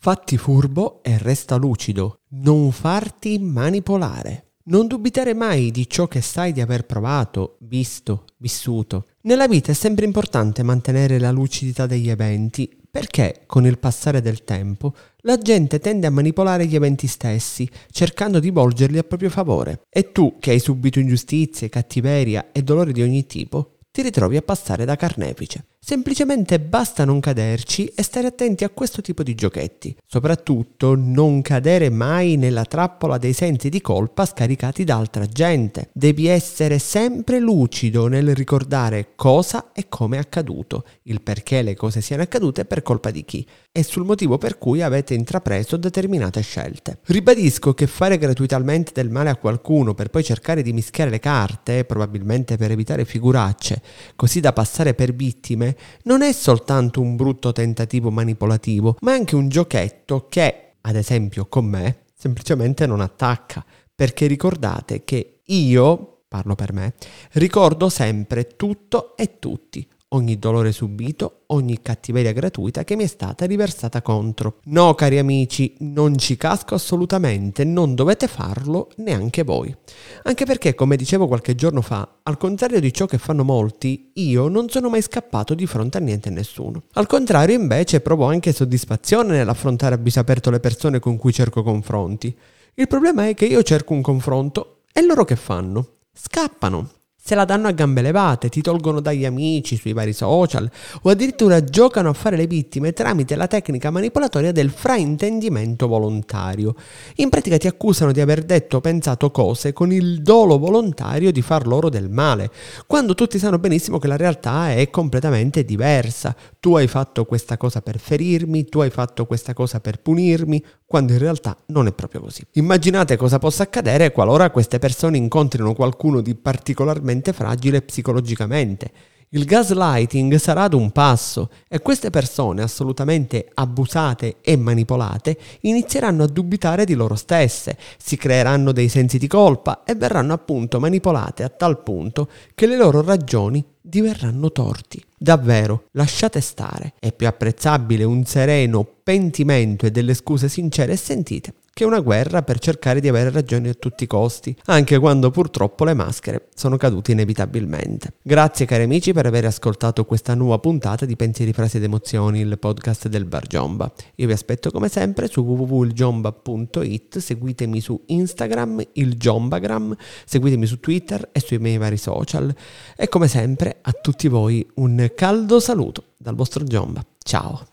Fatti furbo e resta lucido, non farti manipolare. Non dubitare mai di ciò che sai di aver provato, visto, vissuto. Nella vita è sempre importante mantenere la lucidità degli eventi, perché con il passare del tempo la gente tende a manipolare gli eventi stessi, cercando di volgerli a proprio favore. E tu, che hai subito ingiustizie, cattiveria e dolori di ogni tipo, ti ritrovi a passare da carnefice. Semplicemente basta non caderci e stare attenti a questo tipo di giochetti. Soprattutto non cadere mai nella trappola dei sensi di colpa scaricati da altra gente. Devi essere sempre lucido nel ricordare cosa e come è accaduto, il perché le cose siano accadute per colpa di chi e sul motivo per cui avete intrapreso determinate scelte. Ribadisco che fare gratuitamente del male a qualcuno per poi cercare di mischiare le carte, probabilmente per evitare figuracce, così da passare per vittime, non è soltanto un brutto tentativo manipolativo, ma anche un giochetto che, ad esempio con me, semplicemente non attacca. Perché ricordate che io, parlo per me, ricordo sempre tutto e tutti. Ogni dolore subito, ogni cattiveria gratuita che mi è stata riversata contro. No, cari amici, non ci casco assolutamente, non dovete farlo neanche voi. Anche perché, come dicevo qualche giorno fa, al contrario di ciò che fanno molti, io non sono mai scappato di fronte a niente e nessuno. Al contrario, invece, provo anche soddisfazione nell'affrontare a viso aperto le persone con cui cerco confronti. Il problema è che io cerco un confronto e loro che fanno? Scappano. Se la danno a gambe levate, ti tolgono dagli amici sui vari social o addirittura giocano a fare le vittime tramite la tecnica manipolatoria del fraintendimento volontario. In pratica ti accusano di aver detto o pensato cose con il dolo volontario di far loro del male, quando tutti sanno benissimo che la realtà è completamente diversa. Tu hai fatto questa cosa per ferirmi, tu hai fatto questa cosa per punirmi, quando in realtà non è proprio così. Immaginate cosa possa accadere qualora queste persone incontrino qualcuno di particolarmente fragile psicologicamente. Il gaslighting sarà ad un passo e queste persone assolutamente abusate e manipolate inizieranno a dubitare di loro stesse, si creeranno dei sensi di colpa e verranno appunto manipolate a tal punto che le loro ragioni diverranno torti. Davvero, lasciate stare. È più apprezzabile un sereno pentimento e delle scuse sincere e sentite che una guerra per cercare di avere ragione a tutti i costi, anche quando purtroppo le maschere sono cadute inevitabilmente. Grazie cari amici per aver ascoltato questa nuova puntata di Pensieri, Frasi ed Emozioni, il podcast del Bar Giomba. Io vi aspetto come sempre su www.ilgiomba.it, seguitemi su Instagram, il Giombagram, seguitemi su Twitter e sui miei vari social. E come sempre a tutti voi un caldo saluto dal vostro Giomba. Ciao!